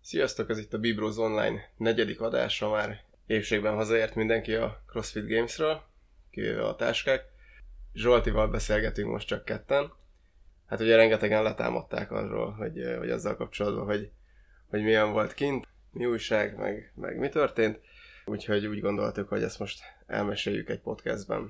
Sziasztok, ez itt a Bibros Online negyedik adása, már épségben hazaért mindenki a CrossFit Gamesről, kivéve a táskák. Zsoltival beszélgetünk most csak ketten. Hát ugye rengetegen letámadták arról, hogy azzal kapcsolatban, hogy milyen volt kint, mi újság, meg mi történt. Úgyhogy úgy gondoltuk, hogy ezt most elmeséljük egy podcastben.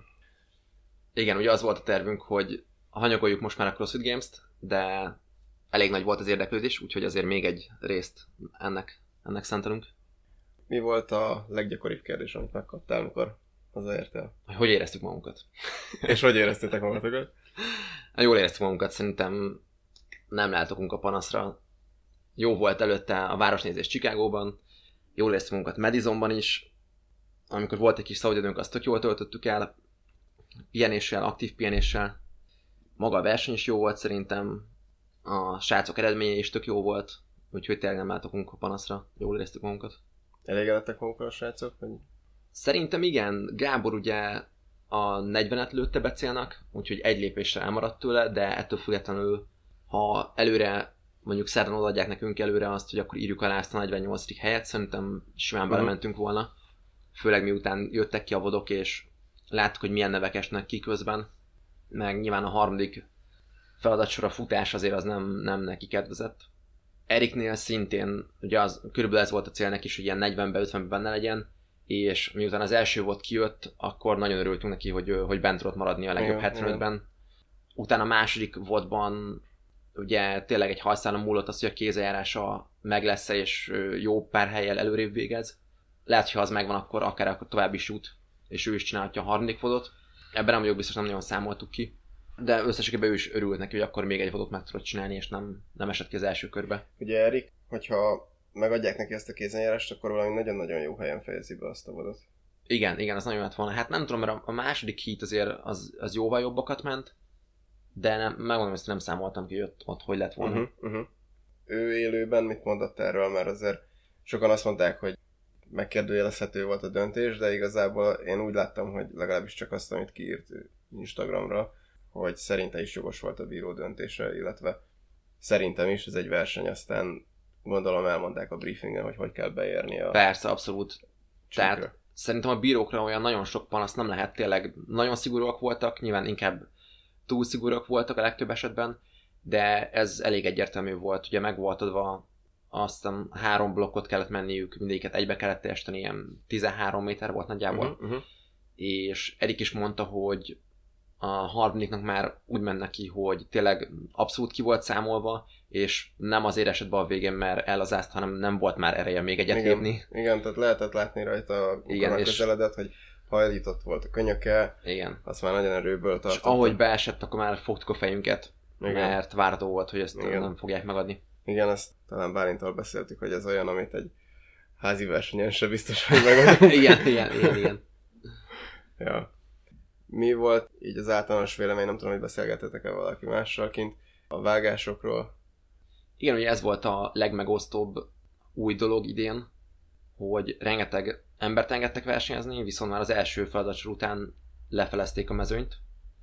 Igen, ugye az volt a tervünk, hogy hanyagoljuk most már a CrossFit Games-t, de elég nagy volt az érdeklődés, úgyhogy azért még egy részt ennek szentelünk. Mi volt a leggyakoribb kérdés, amit megkaptál, amikor hazaértél? Hogy éreztük magunkat? És hogy éreztétek magatokat? Jól éreztük magunkat, szerintem nem látok a panaszra. Jó volt előtte a városnézés Chicagóban, jól éreztük magunkat Madisonban is. Amikor volt egy kis szabadidőnk, azt tök jól töltöttük el, pihenéssel, aktív pihenéssel. Maga a verseny is jó volt szerintem, a srácok eredménye is tök jó volt, úgyhogy tényleg nem látok a panaszra, jól éreztük magunkat. Elégedettek magukkal a srácok? Vagy? Szerintem igen, Gábor ugye a 40-et lőtte be célnak, úgyhogy egy lépésre elmaradt tőle, de ettől függetlenül, ha előre, mondjuk szerdán odaadják nekünk előre azt, hogy akkor írjuk alá ezt a 48. helyet, szerintem simán belementünk volna. Főleg miután jöttek ki a vodok, és láttuk, hogy milyen nevek esnek ki közben, meg nyilván a harmadik feladatsor a futás azért az nem neki kedvezett. Eriknél szintén, ugye körülbelül ez volt a cél neki is, hogy ilyen 40-ben, 50-ben benne legyen, és miután az első volt kijött, akkor nagyon örültünk neki, hogy bent tudott maradni a legjobb 75-ben. Utána a második vodban ugye tényleg egy hajszálon múlott az, hogy a kézzeljárása meg lesz, és jó pár hellyel előrébb végez. Lehet, hogy ha az megvan, akkor tovább is jut, és ő is csinálhatja a harmadik vodot. Ebben nem vagyok biztos, nem nagyon számoltuk ki. De összességében ő is örült neki, hogy akkor még egy vodot meg tudod csinálni, és nem esett ki az első körbe. Ugye Erik, hogyha megadják neki ezt a kézenjárást, akkor valami nagyon-nagyon jó helyen fejezi be azt a vodot. Igen, az nagyon lett volna. Hát nem tudom, mert a második heat azért az jóval jobbakat ment, de megmondom, ezt nem számoltam ki, hogy ott hogy lett volna. Ő élőben mit mondott erről, mert azért sokan azt mondták, hogy megkérdőjelezhető volt a döntés, de igazából én úgy láttam, hogy legalábbis csak azt, amit kiírt Instagramra, hogy szerinte is jogos volt a bíró döntése, illetve szerintem is, ez egy verseny, aztán gondolom elmondták a briefingen, hogy kell beérni a... Persze, abszolút. Csíkra. Tehát szerintem a bírókra olyan nagyon sok panasz nem lehet, tényleg nagyon szigorúak voltak, nyilván inkább túl szigorúak voltak a legtöbb esetben, de ez elég egyértelmű volt, ugye meg volt adva, aztán 3 blokkot kellett menniük, mindegyiket egybe kellett teljesíteni, ilyen 13 méter volt nagyjából, és Erik is mondta, hogy a harmadiknak már úgy ment neki, hogy tényleg abszolút ki volt számolva, és nem azért esett be a végén, mert elazást, hanem nem volt már ereje még egyet lépni. Igen, tehát lehetett látni rajta a közeledet, hogy hajlított volt a könyöke, igen. Azt már nagyon erőből tartott. És ahogy beesett, akkor már fogtuk a fejünket, mert várható volt, hogy ezt nem fogják megadni. Igen, ezt talán Bálinttal beszéltük, hogy ez olyan, amit egy házi versenyen se biztos, hogy megadni. igen. Ja. Mi volt így az általános vélemény, nem tudom, hogy beszélgettetek-e valaki mással kint a vágásokról? Igen, ugye ez volt a legmegosztóbb új dolog idén, hogy rengeteg embert engedtek versenyezni, viszont már az első feladatsor után lefelezték a mezőnyt,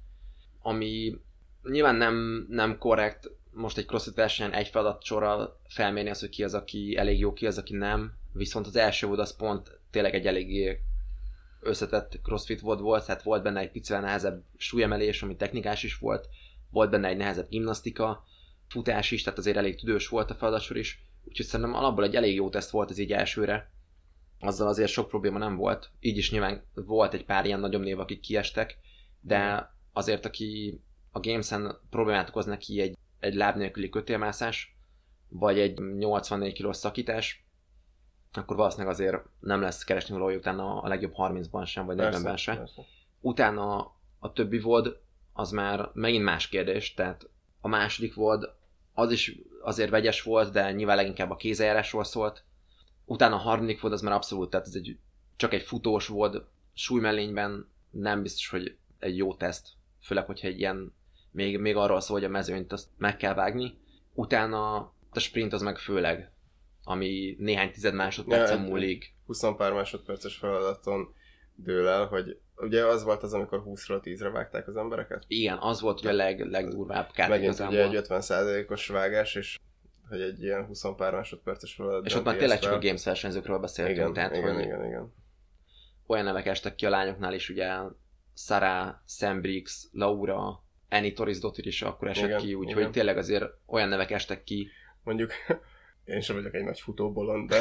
ami nyilván nem korrekt most egy CrossFit versenyen egy feladatsorral felmérni az, hogy ki az, aki elég jó, ki az, aki nem, viszont az első volt az pont tényleg egy eléggé összetett CrossFit volt, tehát volt benne egy picivel nehezebb súlyemelés, ami technikás is volt benne egy nehezebb gimnasztika, futás is, tehát azért elég tüdős volt a feladatsor is, úgyhogy szerintem alapból egy elég jó teszt volt ez így elsőre, azzal azért sok probléma nem volt, így is nyilván volt egy pár ilyen nagyobb név, akik kiestek, de azért aki a Games-en problémát okoz neki egy láb nélküli kötélmászás, vagy egy 84 kilós szakítás, akkor valószínűleg azért nem lesz keresni valója utána a legjobb 30-ban sem, vagy 40-ben sem. Persze. Utána a többi VOD, az már megint más kérdés, tehát a második VOD az is azért vegyes volt, de nyilván leginkább a kézzeljárásról szólt. Utána a harmadik VOD az már abszolút, tehát ez csak egy futós VOD, súlymellényben nem biztos, hogy egy jó teszt, főleg, hogyha egy ilyen, még arról szól, hogy a mezőnyt azt meg kell vágni. Utána a sprint az meg főleg, ami néhány tized másodpercen múlik. 20 pár másodperces feladaton dől el, hogy ugye az volt az, amikor 20-ról 10-re vágták az embereket? Igen, az volt ugye a legdurvább kártyák megint közelmúl. ugye egy 50%-os vágás, és hogy egy ilyen 20 pár másodperces feladat. És ott már tényleg csak a Games versenyzőkről beszéltünk. Igen, tehát, igen. Olyan nevek estek ki a lányoknál is, ugye Sarah, Sam Briggs, Laura, Annie Torres-Dottir is akkor esett ki, úgyhogy tényleg azért olyan nevek estek ki. Mondjuk én sem vagyok egy nagy futóbolond,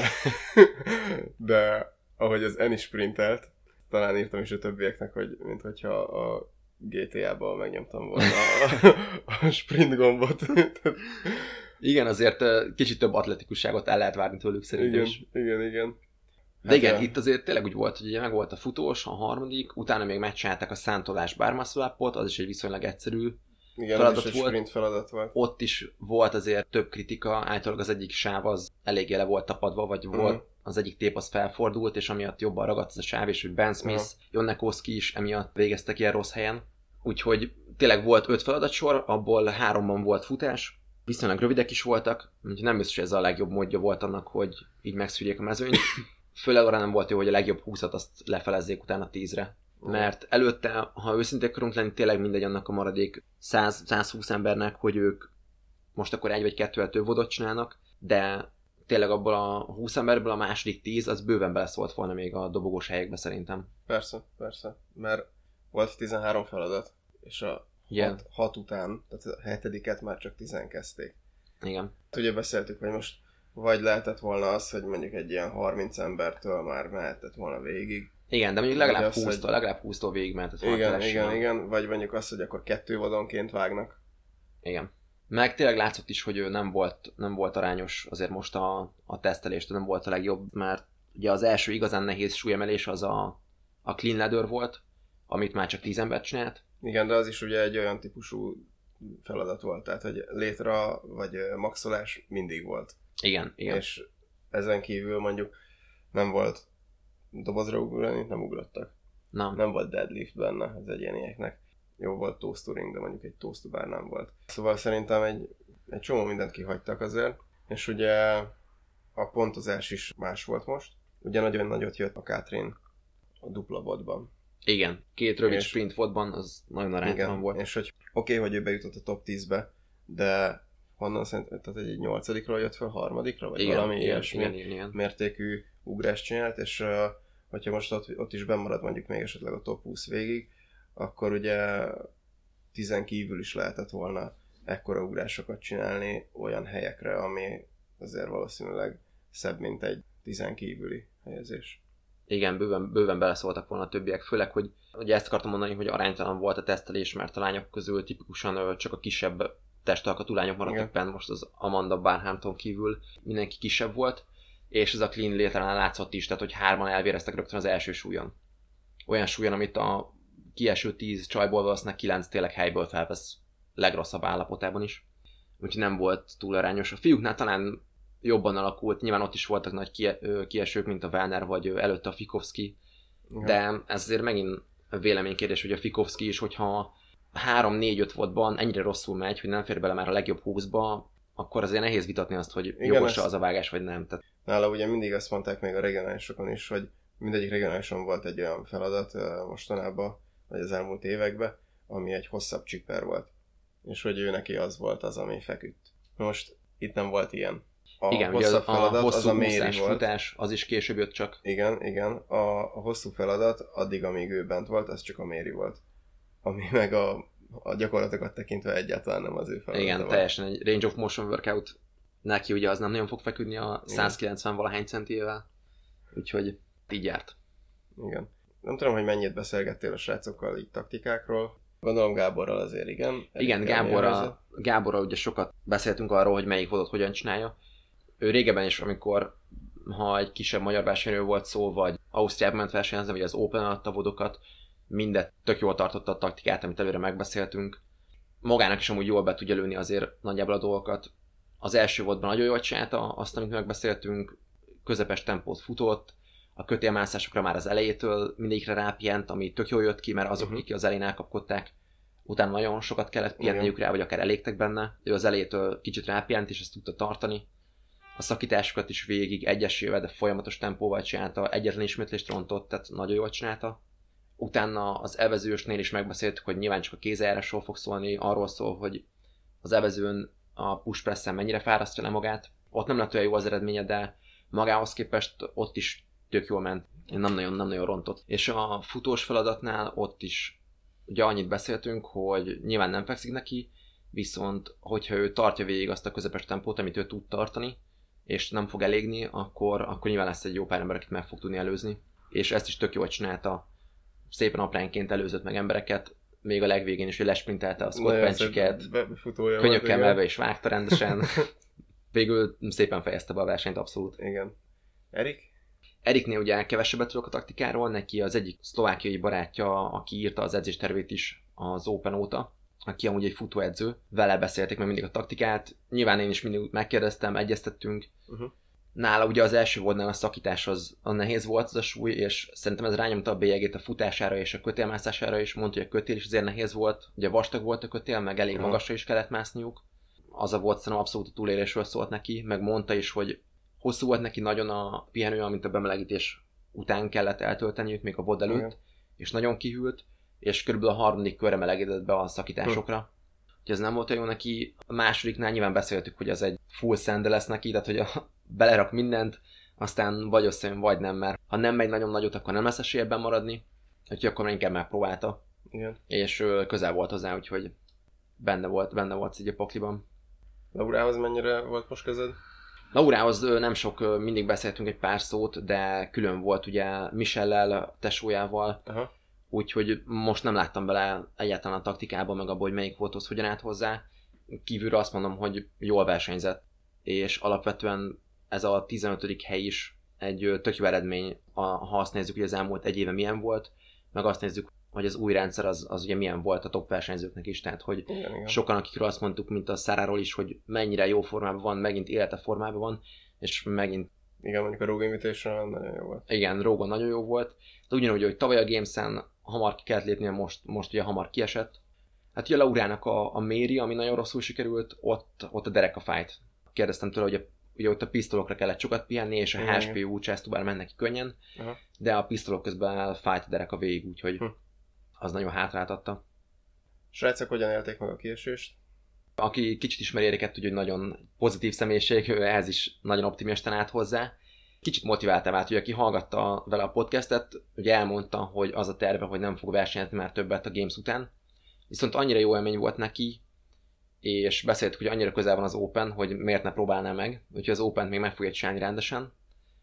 de ahogy az Annie sprintelt, talán írtam is a többieknek, hogy mint hogyha a GTA-ban megnyomtam volna a sprint gombot. Igen, azért kicsit több atletikusságot el lehet várni tőlük szerintem is. Igen. De igen, itt azért tényleg úgy volt, hogy ugye meg volt a futós, a harmadik, utána még megcsinálták a szántolás bármaszláppot, az is egy viszonylag egyszerű feladat az is egy sprint feladat volt. Ott is volt azért több kritika, általában az egyik sáv az eléggé le volt tapadva, vagy volt az egyik tép az felfordult, és amiatt jobban ragadt az a sáv, és hogy Ben Smith, Jonnekowski is emiatt végeztek ilyen rossz helyen. Úgyhogy tényleg volt 5 feladatsor, abból 3-ban volt futás, viszonylag rövidek is voltak, úgyhogy nem biztos, hogy ez a legjobb módja volt annak, hogy így megszűrjék a mezőnyt. Főleg arra nem volt jó, hogy a legjobb 20-at azt lefelezzék utána 10-re. Mert előtte, ha őszintén akarunk lenni, tényleg mindegy annak a maradék 100-120 embernek, hogy ők most akkor 1 vagy 2 több vodot csinálnak, de tényleg abból a 20 emberből a második 10 az bőven beleszólt volna még a dobogós helyekbe szerintem. Persze. Mert volt 13 feladat, és a 6 után, tehát a 7-et már csak 10 kezdték. Igen. Ugye beszéltük, hogy most vagy lehetett volna az, hogy mondjuk egy ilyen 30 embertől már mehetett volna végig. Igen, de mondjuk legalább 20-tól végig mehetett volna. Igen. Vagy mondjuk az, hogy akkor 2 vadonként vágnak. Igen. Meg tényleg látszott is, hogy ő nem volt arányos azért most a tesztelés, nem volt a legjobb, mert ugye az első igazán nehéz súlyemelés az a clean ladder volt, amit már csak 10 embert csinált. Igen, de az is ugye egy olyan típusú feladat volt, tehát hogy létra vagy maxolás mindig volt. Igen. És ezen kívül mondjuk nem volt dobozra ugrani, nem ugrottak. Nem volt deadlift benne az egyénieknek. Jó volt toast to ring, de mondjuk egy toast to bar nem volt. Szóval szerintem egy csomó mindent kihagytak azért, és ugye a pontozás is más volt most. Ugye nagyon nagyot jött a Katrin a dupla botban. Igen, 2 rövid sprint botban az nagyon aránytalan volt. És hogy oké, hogy ő bejutott a top 10-be, de honnan szerintem, tehát egy 8-ról jött fel 3-ra, vagy valami ilyesmi mértékű ugrást csinált, és hogyha most ott is bemarad mondjuk még esetleg a top 20 végig, akkor ugye 10 kívül is lehetett volna ekkora ugrásokat csinálni olyan helyekre, ami azért valószínűleg szebb, mint egy 10 kívüli helyezés. Igen, bőven beleszóltak volna a többiek, főleg, hogy ugye ezt akartam mondani, hogy aránytalan volt a tesztelés, mert a lányok közül tipikusan csak a kisebb testalkatú lányok maradtak benne, most az Amanda Barnhamton kívül mindenki kisebb volt, és ez a clean létrán látszott is, tehát hogy 3-an elvéreztek rögtön az első súlyon. Olyan súlyon, amit a kieső 10 csajból valószínűleg 9 tényleg helyből felvesz legrosszabb állapotában is. Úgyhogy nem volt túl arányos. A fiúknál talán jobban alakult, nyilván ott is voltak nagy kiesők, mint a Werner, vagy előtte a Fikowski, de ez azért megint véleménykérdés, hogy a Fikowski is, hogyha 3-4-5 voltban ennyire rosszul megy, hogy nem fér bele már a legjobb 20-ba, akkor azért nehéz vitatni azt, hogy jogos-e az a vágás, vagy nem. Tehát... Nála ugye mindig azt mondták még a regionálisokon is, hogy mindegyik regionálison volt egy olyan feladat mostanában, vagy az elmúlt években, ami egy hosszabb chipper volt. És hogy ő neki az volt az, ami feküdt. Most itt nem volt ilyen. Igen, hosszabb feladat, hosszú az a Méri volt. Futás, az is később jött csak. Igen. A hosszú feladat, addig, amíg ő bent volt, az csak a Méri volt. Ami meg a gyakorlatokat tekintve egyáltalán nem az ő feladata. Igen, teljesen egy range of motion workout. Neki ugye az nem nagyon fog feküdni a 190 valahány centiével. Úgyhogy így járt. Igen. Nem tudom, hogy mennyit beszélgettél a srácokkal így taktikákról. Gondolom Gáborral azért igen. Igen, Gáborral ugye sokat beszéltünk arról, hogy melyik vodot hogyan csinálja. Ő régebben is, amikor ha egy kisebb magyar versenyről volt szó, vagy Ausztriában ment versenyezni, vagy az Open adta vodokat, mindet tök jól tartotta a taktikát, amit előre megbeszéltünk. Magának is amúgy jól be tudja lőni azért nagyjából a dolgokat. Az első vodban nagyon jól csinálta azt, amit megbeszéltünk, közepes tempót futott, a kötélmászásokra már az elejétől mindegyikre rápihent, ami tök jól jött ki, mert azok, akik az elején elkapkodták, utána nagyon sokat kellett pihenniük rá, vagy akár elégtek benne. Ő az elejétől kicsit rápihent, és ezt tudta tartani. A szakításokat is végig egyesével, de folyamatos tempóval csinálta, egyetlen ismétlést rontott, tehát nagyon jól csinálta. Utána az evezősnél is megbeszéltük, hogy nyilván csak a kézjárásról fog szólni, arról szól, hogy az evezőn a push pressen mennyire fárasztja le magát. Ott nem lett olyan jó az eredménye, de magához képest ott is tök jól ment. Nem nagyon rontott. És a futós feladatnál ott is ugye annyit beszéltünk, hogy nyilván nem fekszik neki, viszont hogyha ő tartja végig azt a közepes tempót, amit ő tud tartani, és nem fog elégni, akkor nyilván lesz egy jó pár ember, akit meg fog tudni előzni. És ezt is tök jól csinálta. Szépen apránként előzött meg embereket, még a legvégén is, hogy lesprintelte a Scott Pencsiket, könnyökkel melve és vágta rendesen. Végül szépen fejezte be a versenyt abszolút. Igen. Erik? Eriknél ugye kevesebbet tudok a taktikáról, neki az egyik szlovákiai barátja, aki írta az edzéstervét is az Open óta, aki amúgy egy futóedző, vele beszélték meg mindig a taktikát, nyilván én is mindig megkérdeztem, egyeztettünk. Nála ugye az első voltnál a szakítás az nehéz volt az a súly, és szerintem ez rányomta a bélyegét a futására és a kötélmászására is, mondta, hogy a kötél is azért nehéz volt, ugye vastag volt a kötél, meg elég magasra is kellett mászniuk. Az a volt szerintem abszolút a túlélésről szólt neki, meg mondta is, hogy hosszú volt neki nagyon a pihenő, amint a bemelegítés után kellett eltölteniük, még a VOD előtt, és nagyon kihűlt, és körülbelül a harmadik körre melegedett be a szakításokra. Úgyhogy ez nem volt jó neki. A másodiknál nyilván beszéltük, hogy az egy full szende lesz neki, tehát hogy belerak mindent, aztán vagy összejön, vagy nem, mert ha nem megy nagyon nagyot, akkor nem lesz esélye ebben maradni, úgyhogy akkor inkább megpróbálta. Igen. És közel volt hozzá, úgyhogy benne volt így a pakliban. Laurához mennyire volt most közöd? Laurához nem sok, mindig beszéltünk egy pár szót, de külön volt ugye Michellel, tesójával, úgyhogy most nem láttam bele egyáltalán a taktikába, meg abban, hogy melyik volthoz hogyan állt hozzá. Kívülről azt mondom, hogy jól versenyzett, és alapvetően ez a 15. hely is egy tök jó eredmény, ha azt nézzük, hogy az elmúlt egy éve milyen volt, meg azt nézzük, hogy az új rendszer az ugye milyen volt a top versenyzőknek is, tehát hogy igen. Sokan, akikről azt mondtuk, mint a Száráról is, hogy mennyire jó formában van, megint élete formában van, és megint... Igen, mondjuk a Rogue Invitation nagyon jó volt. Igen, Rogue nagyon jó volt, de ugyanúgy, hogy tavaly a Games-en hamar ki kellett lépnie, most ugye hamar kiesett. Hát ugye Laurának a Méri, ami nagyon rosszul sikerült, ott a derek a fight. Kérdeztem tőle, hogy ugye ott a pisztolokra kellett sokat pihenni, és a HSPU chestubára mennek ki könnyen, de a pisztolok közben fight a derek a végig, úgyhogy az nagyon hátráltatta. Srácok, hogyan élték meg a kiesést? Aki kicsit ismeri Ériket, tudja, hogy nagyon pozitív személyiség, ő ehhez is nagyon optimistán állt hozzá. Kicsit motiválta vált, hogy aki hallgatta vele a podcastet, ugye elmondta, hogy az a terve, hogy nem fog versenyezni már többet a Games után. Viszont annyira jó élmény volt neki, és beszéltük, hogy annyira közel van az Open, hogy miért ne próbálná meg, úgyhogy az Open-t még meg fogja csinálni rendesen,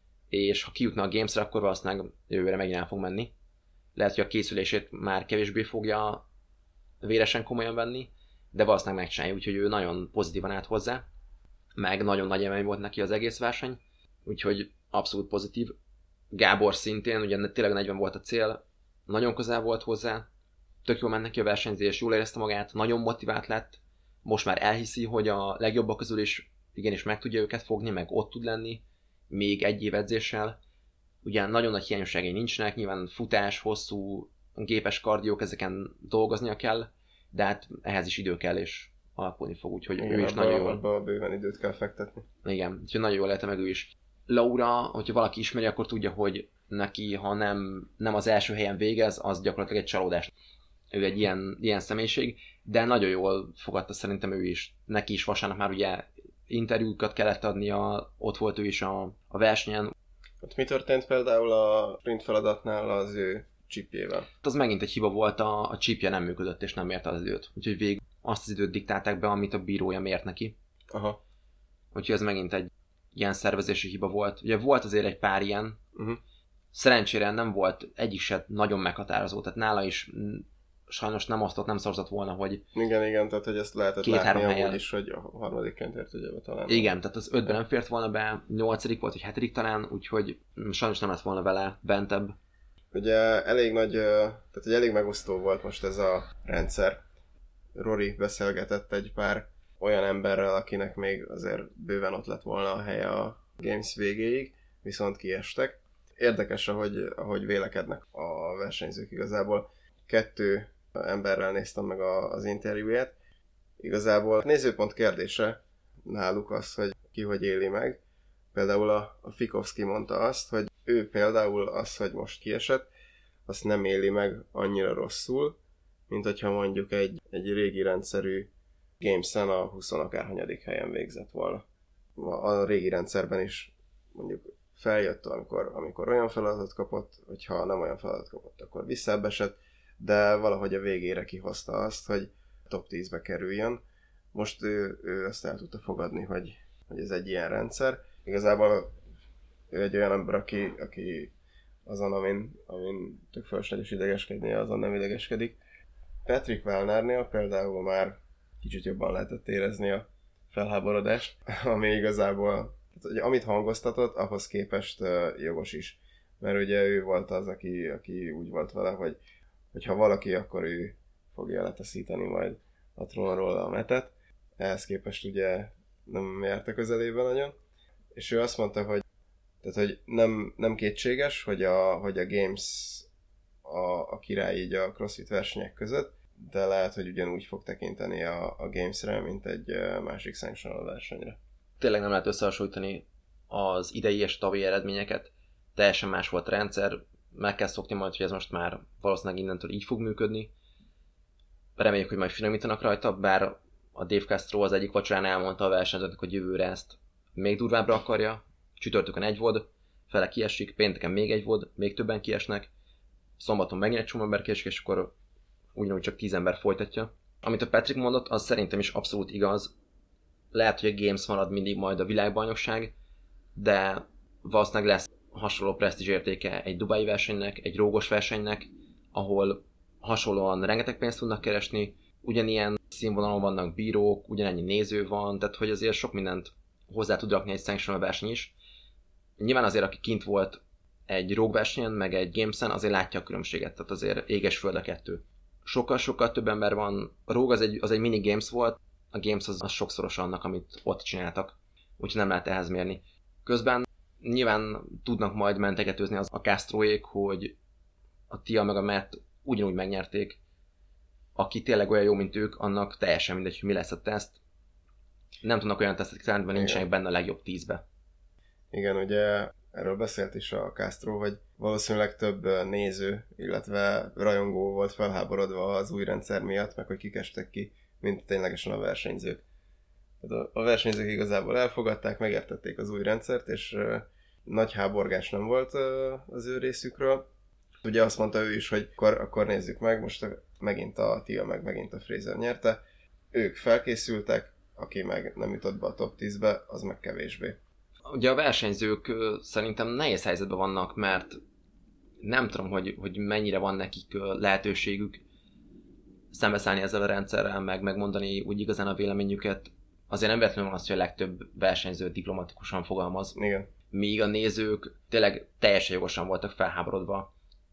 és ha kijutna a Games-re, akkor valószínűleg jövőre megint el fog menni. Lehet, hogy a készülését már kevésbé fogja véresen komolyan venni, de valószínűleg megcsinálja, úgyhogy ő nagyon pozitívan állt hozzá, meg nagyon nagy élmény volt neki az egész verseny, úgyhogy abszolút pozitív. Gábor szintén, ugye tényleg 40 volt a cél, nagyon közel volt hozzá, tök jól ment neki a versenyzés, jól érezte magát, nagyon motivált lett, most már elhiszi, hogy a legjobbak közül is igenis meg tudja őket fogni, meg ott tud lenni, még egy év edzéssel. Ugye nagyon nagy hiányosságai nincsenek, nyilván futás, hosszú, gépes kardiók, ezeken dolgoznia kell, de hát ehhez is idő kell, és alakulni fog, úgyhogy igen, ő is nagyon jól. Abba bőven időt kell fektetni. Igen, úgyhogy nagyon jól élte meg ő is. Laura, hogyha valaki ismeri, akkor tudja, hogy neki, ha nem az első helyen végez, az gyakorlatilag egy csalódás. Ő egy ilyen személyiség, de nagyon jól fogadta szerintem ő is. Neki is vasárnap már ugye interjúkat kellett adnia, ott volt ő is a versenyen. Ott mi történt például a sprint feladatnál az ő chipjével? Az megint egy hiba volt, a chipje nem működött és nem mérte az időt. Úgyhogy végig azt az időt diktálták be, amit a bírója mért neki. Aha. Úgyhogy ez megint egy ilyen szervezési hiba volt. Ugye volt azért egy pár ilyen. Szerencsére nem volt egyik se nagyon meghatározó, tehát nála is sajnos nem osztott, nem szorzott volna, hogy... Igen, tehát hogy ezt lehetett látni amúgy is, hogy a harmadikként ért ugye be talán. Igen, tehát az 5-ben nem fért volna be, 8. volt, vagy 7. talán, úgyhogy sajnos nem lett volna vele bentebb. Ugye elég nagy, tehát egy elég megosztó volt most ez a rendszer. Rory beszélgetett egy pár olyan emberrel, akinek még azért bőven ott lett volna a helye a Games végéig, viszont kiestek. Érdekes, ahogy vélekednek a versenyzők igazából. 2 emberrel néztem meg az interjúját. Igazából nézőpont kérdése náluk az, hogy ki hogy éli meg. Például a Fikovski mondta azt, hogy ő például az, hogy most kiesett, azt nem éli meg annyira rosszul, mint hogyha mondjuk egy régi rendszerű Games-en a 20 akárhanyadik helyen végzett volna. A régi rendszerben is mondjuk feljött, amikor olyan feladatot kapott, hogyha nem olyan feladatot kapott, akkor visszábbesett, de valahogy a végére kihozta azt, hogy top 10-be kerüljön. Most ő ezt el tudta fogadni, hogy ez egy ilyen rendszer. Igazából ő egy olyan ember, aki azon, amin tök fölösleges idegeskednie, azon nem idegeskedik. Patrick Wellnernél például már kicsit jobban lehetett érezni a felháborodást, ami igazából, tehát, amit hangoztatott, ahhoz képest jogos is. Mert ugye ő volt az, aki úgy volt vele, hogy ha valaki, akkor ő fogja letaszítani majd a trónról a metet. Ehhez képest ugye nem járta közelében nagyon. És ő azt mondta, hogy nem kétséges, hogy a Games a király így a CrossFit versenyek között, de lehet, hogy ugyanúgy fog tekinteni a Games-re, mint egy másik sanctional versenyre. Tényleg nem lehet összehasonlítani az idei és tavalyi eredményeket. Teljesen más volt a rendszer, meg kell szokni majd, hogy ez most már valószínűleg innentől így fog működni. Reméljük, hogy majd finomítanak rajta, bár a Dave Castro az egyik vacsorán elmondta a versenyzőnek, hogy jövőre ezt még durvábbra akarja. Csütörtökön egy volt, fele kiesik, pénteken még egy volt, még többen kiesnek, szombaton megint egy csomó ember kiesik, és akkor ugyanúgy csak 10 ember folytatja. Amit a Patrick mondott, az szerintem is abszolút igaz. Lehet, hogy a Games marad mindig majd a világbajnokság, de valószínűleg lesz hasonló presztízs értéke egy dubai versenynek, egy rógos versenynek, ahol hasonlóan rengeteg pénzt tudnak keresni, ugyanilyen színvonalon vannak bírók, ugyanennyi néző van, tehát hogy azért sok mindent hozzá tud rakni egy sanctional verseny is. Nyilván azért, aki kint volt egy rógversenyen, meg egy Gamesen, azért látja a különbséget, tehát azért éges föld a kettő. Sokkal-sokkal több ember van. A róg az egy mini Games volt, a Games az sokszoros annak, amit ott csináltak, úgyhogy nem lehet ehhez mérni. Közben nyilván tudnak majd mentegetőzni az a Castroék, hogy a Tia meg a Matt ugyanúgy megnyerték. Aki tényleg olyan jó, mint ők, annak teljesen mindegy, hogy mi lesz a teszt. Nem tudnak olyan tesztet kitalálni, mert nincsenek benne a legjobb 10-be. Igen, ugye erről beszélt is a Castro, hogy valószínűleg több néző, illetve rajongó volt felháborodva az új rendszer miatt, meg hogy kikestek ki, mint ténylegesen a versenyzők. Tehát a versenyzők igazából elfogadták, megértették az új rendszert, és nagy háborgás nem volt az ő részükről. Ugye azt mondta ő is, hogy akkor nézzük meg, most megint a Tia, meg megint a Fraser nyerte. Ők felkészültek, aki meg nem jutott be a top 10-be, az meg kevésbé. Ugye a versenyzők szerintem nehéz helyzetben vannak, mert nem tudom, hogy mennyire van nekik lehetőségük szembeszállni ezzel a rendszerrel, meg megmondani úgy igazán a véleményüket. Azért nem véletlenül van az, hogy a legtöbb versenyző diplomatikusan fogalmaz. Igen. Míg a nézők tényleg teljesen jogosan voltak felháborodva.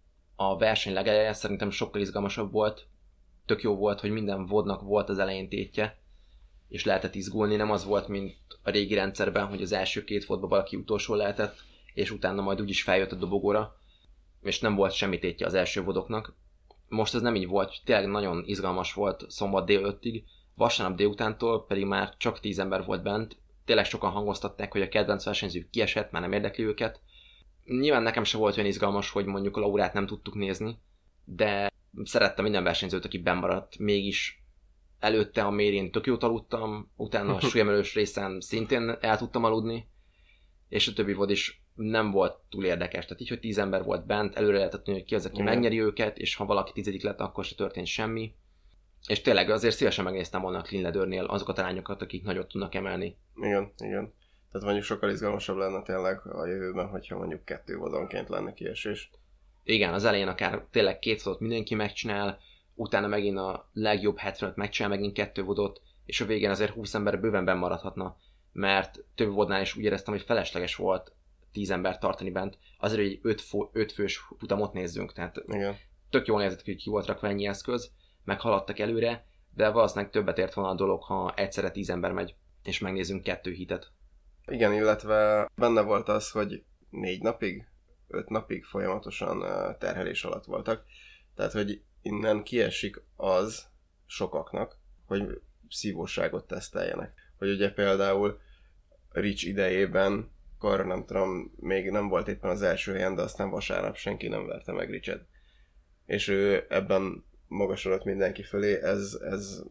A verseny legeleje szerintem sokkal izgalmasabb volt. Tök jó volt, hogy minden vodnak volt az elején tétje, és lehetett izgulni. Nem az volt, mint a régi rendszerben, hogy az első 2 vodba valaki utolsó lehetett, és utána majd úgyis feljött a dobogóra, és nem volt semmi tétje az első vodoknak. Most ez nem így volt, tényleg nagyon izgalmas volt szombat délelőttig, vasárnap délutántól pedig már csak 10 ember volt bent. Tényleg sokan hangoztatták, hogy a kedvenc versenyzők kiesett, már nem érdekli őket. Nyilván nekem sem volt olyan izgalmas, hogy mondjuk a Laurát nem tudtuk nézni, de szerettem minden versenyzőt, aki bennmaradt. Mégis előtte a mérén tök jót aludtam, utána a súlyemelős részen szintén el tudtam aludni, és a többi vod is nem volt túl érdekes. Tehát így, hogy 10 ember volt bent, előre lehetett tudni, hogy ki az, aki megnyeri őket, és ha valaki 10. lett, akkor se történt semmi. És tényleg azért szívesen megnéztem volna a Clean Leathernél azokat a lányokat, akik nagyot tudnak emelni. Igen. Tehát mondjuk sokkal izgalmasabb lenne tényleg a jövőben, hogyha mondjuk 2 vodonként lenne kiesés. Igen, az elején akár tényleg 2 vodot mindenki megcsinál, utána megint a legjobb 75 megcsinál megint 2 vodot, és a végén azért 20 ember bőven benn maradhatna, mert több vodnál is úgy éreztem, hogy felesleges volt 10 ember tartani bent, azért, hogy 5 fős futamot nézzünk, tehát igen. Tök jól nézett, hogy ki volt rakva ennyi eszköz, meg haladtak előre, de valószínűleg többet ért volna a dolog, ha egyszerre 10 ember megy, és megnézzünk 2 hitet. Igen, illetve benne volt az, hogy 4 napig, 5 napig folyamatosan terhelés alatt voltak, tehát, hogy innen kiesik az sokaknak, hogy szívóságot teszteljenek. Hogy ugye például Rich idejében, akkor nem tudom, még nem volt éppen az első helyen, de aztán vasárnap senki nem verte meg Richet. És ő ebben magasodott mindenki fölé, ez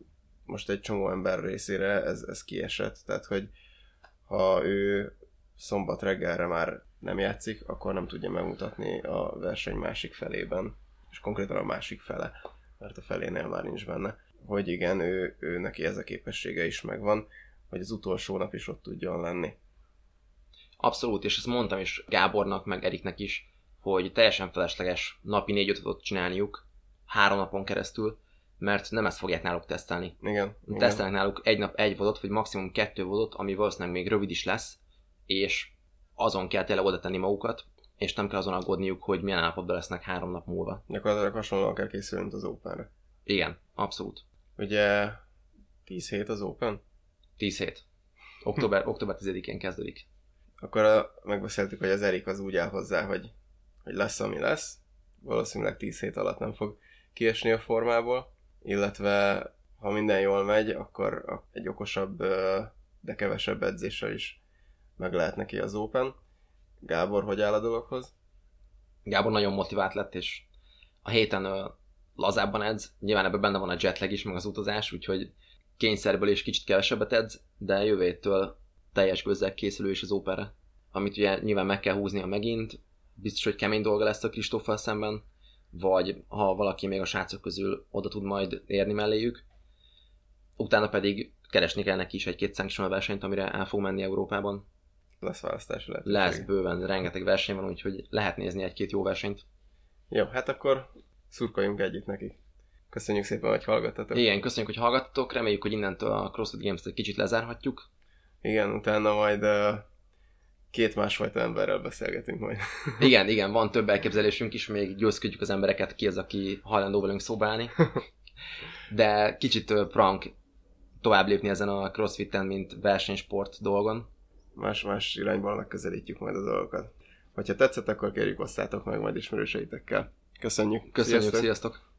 most egy csomó ember részére ez kiesett, tehát hogy ha ő szombat reggelre már nem játszik, akkor nem tudja megmutatni a verseny másik felében, és konkrétan a másik fele, mert a felénél már nincs benne, hogy igen, ő neki ez a képessége is megvan, hogy az utolsó nap is ott tudjon lenni. Abszolút, és ezt mondtam is Gábornak, meg Eriknek is, hogy teljesen felesleges napi 4-5 vodot csinálniuk 3 napon keresztül, mert nem ezt fogják náluk tesztelni. Igen. Tesztelnek náluk egy nap 1 vodot, vagy maximum 2 vodot, ami valószínűleg még rövid is lesz, és azon kell tényleg oda tenni magukat, és nem kell azon aggódniuk, hogy milyen állapotban lesznek 3 nap múlva. Gyakorlatilag hasonlóan kell készülni, mint az Openre. Igen, abszolút. Ugye 10 hét az Open? 10 hét. Október 10-én kezdődik. Akkor megbeszéltük, hogy az Erik az úgy áll hozzá, hogy lesz, ami lesz. Valószínűleg 10 hét alatt nem fog kiesni a formából, illetve ha minden jól megy, akkor egy okosabb, de kevesebb edzéssel is meg lehet neki az Open. Gábor, hogy áll a dologhoz? Gábor nagyon motivált lett, és a héten lazábban edz. Nyilván ebben benne van a jetlag is, meg az utazás, úgyhogy kényszerből is kicsit kevesebbet edz, de jövő héttől teljes gőzzel készülő is az Openre. Amit ugye nyilván meg kell húznia megint, biztos, hogy kemény dolga lesz a Kristóffal szemben, vagy ha valaki még a srácok közül oda tud majd érni melléjük. Utána pedig keresni kell neki is egy-két sanctional versenyt, amire el fog menni Európában. Lesz választási lehetőség. Lesz bőven, rengeteg verseny van, úgyhogy lehet nézni egy-két jó versenyt. Jó, hát akkor szurkoljunk együtt neki. Köszönjük szépen, hogy hallgattatok. Igen, köszönjük, hogy hallgattatok, reméljük, hogy innentől a CrossFit Games-t egy kicsit lezárhatjuk. Igen, utána majd két másfajta emberrel beszélgetünk majd. Igen, van több elképzelésünk is, még győzködjük az embereket, ki az, aki hajlandó velünk szóba állni. De kicsit prank tovább lépni ezen a CrossFit-en, mint versenysport dolgon. Más irányból megközelítjük majd a dolgokat. Hogyha tetszett, akkor kérjük, osszátok meg majd ismerőseitekkel. Köszönjük! Köszönjük, sziasztok!